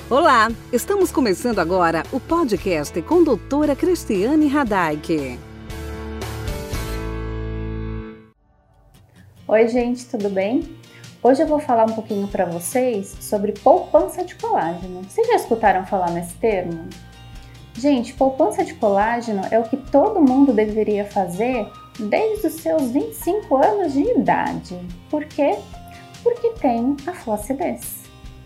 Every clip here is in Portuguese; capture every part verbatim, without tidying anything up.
Olá, estamos começando agora o podcast com doutora Cristiane Radaik. Oi gente, tudo bem? Hoje eu vou falar um pouquinho para vocês sobre poupança de colágeno. Vocês já escutaram falar nesse termo? Gente, poupança de colágeno é o que todo mundo deveria fazer desde os seus vinte e cinco anos de idade. Por quê? Porque tem a flacidez.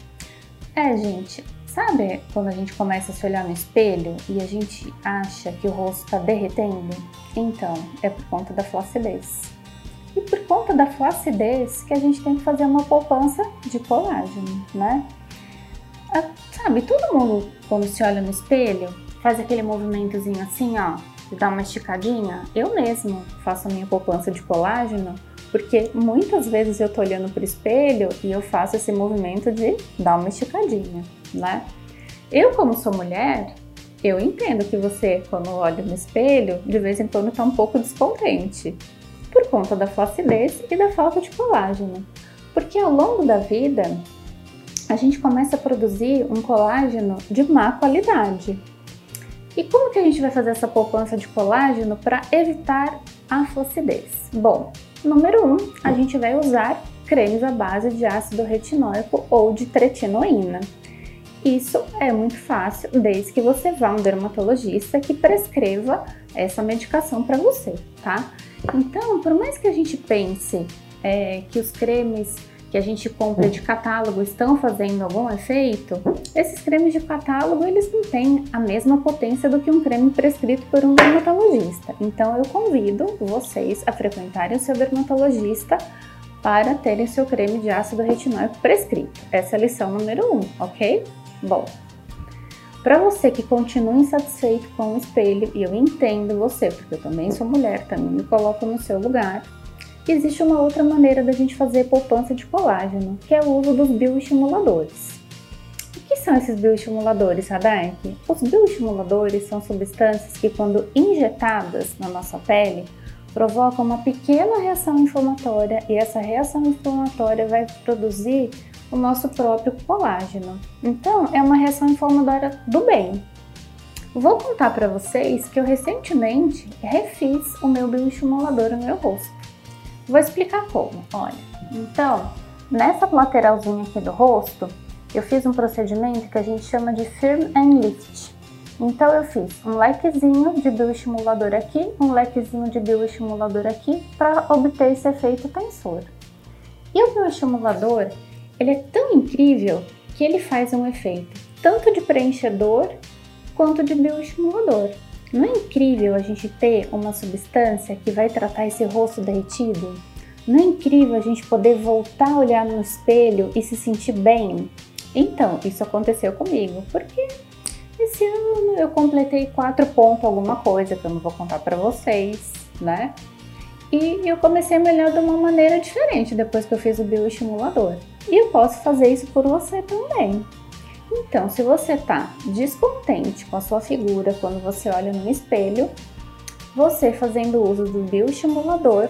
É, gente, sabe quando a gente começa a se olhar no espelho e a gente acha que o rosto está derretendo? Então, é por conta da flacidez. E por conta da flacidez que a gente tem que fazer uma poupança de colágeno, né? Ah, sabe, todo mundo quando se olha no espelho faz aquele movimentozinho assim, ó, de dar uma esticadinha. Eu mesmo faço a minha poupança de colágeno porque muitas vezes eu tô olhando pro espelho e eu faço esse movimento de dar uma esticadinha, né? Eu, como sou mulher, eu entendo que você, quando olha no espelho, de vez em quando tá um pouco descontente por conta da flacidez e da falta de colágeno. Porque ao longo da vida, a gente começa a produzir um colágeno de má qualidade. E como que a gente vai fazer essa poupança de colágeno para evitar a flacidez? Bom, número um, a gente vai usar cremes à base de ácido retinóico ou de tretinoína. Isso é muito fácil, desde que você vá a um dermatologista que prescreva essa medicação para você, tá? Então, por mais que a gente pense é, que os cremes que a gente compra de catálogo estão fazendo algum efeito, esses cremes de catálogo, eles não têm a mesma potência do que um creme prescrito por um dermatologista. Então, eu convido vocês a frequentarem o seu dermatologista para terem seu creme de ácido retinóico prescrito. Essa é a lição número um, ok? Bom, para você que continua insatisfeito com o espelho, e eu entendo você, porque eu também sou mulher, também me coloco no seu lugar, existe uma outra maneira da gente fazer poupança de colágeno, que é o uso dos bioestimuladores. O que são esses bioestimuladores, Radaik? Os bioestimuladores são substâncias que, quando injetadas na nossa pele, provocam uma pequena reação inflamatória, e essa reação inflamatória vai produzir o nosso próprio colágeno. Então, é uma reação inflamatória do bem. Vou contar para vocês que eu recentemente refiz o meu bioestimulador no meu rosto. Vou explicar como, olha. Então, nessa lateralzinha aqui do rosto, eu fiz um procedimento que a gente chama de Firm and Lift. Então, eu fiz um lequezinho de bioestimulador aqui, um lequezinho de bioestimulador aqui, para obter esse efeito tensor. E o bioestimulador, ele é tão incrível que ele faz um efeito tanto de preenchedor quanto de bioestimulador. Não é incrível a gente ter uma substância que vai tratar esse rosto derretido? Não é incrível a gente poder voltar a olhar no espelho e se sentir bem? Então, isso aconteceu comigo, porque esse ano eu completei quatro pontos alguma coisa, que eu não vou contar pra vocês, né? E eu comecei a me olhar de uma maneira diferente depois que eu fiz o bioestimulador. E eu posso fazer isso por você também. Então, se você tá descontente com a sua figura quando você olha no espelho, você fazendo uso do bioestimulador,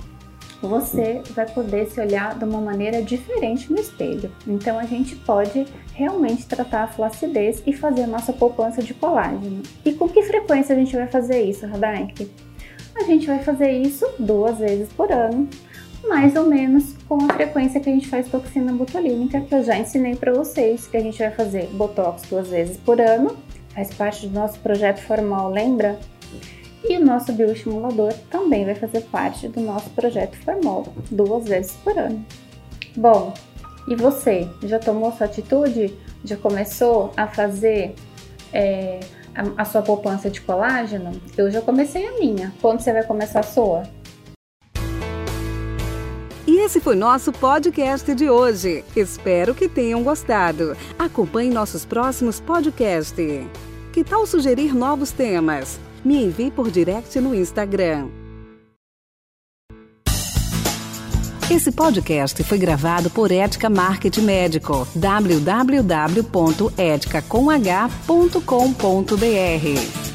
você vai poder se olhar de uma maneira diferente no espelho. Então, a gente pode realmente tratar a flacidez e fazer a nossa poupança de colágeno. E com que frequência a gente vai fazer isso, Radaik? A gente vai fazer isso duas vezes por ano, mais ou menos com a frequência que a gente faz toxina botulínica, que eu já ensinei para vocês, que a gente vai fazer botox duas vezes por ano, faz parte do nosso projeto formal, lembra? E o nosso bioestimulador também vai fazer parte do nosso projeto formal, duas vezes por ano. Bom, e você, já tomou sua atitude? Já começou a fazer é, a, a sua poupança de colágeno? Eu já comecei a minha. Quando você vai começar a sua? E esse foi nosso podcast de hoje. Espero que tenham gostado. Acompanhe nossos próximos podcasts. Que tal sugerir novos temas? Me envie por direct no Instagram. Esse podcast foi gravado por Ética Marketing Médico. w w w ponto ética com h ponto com ponto b r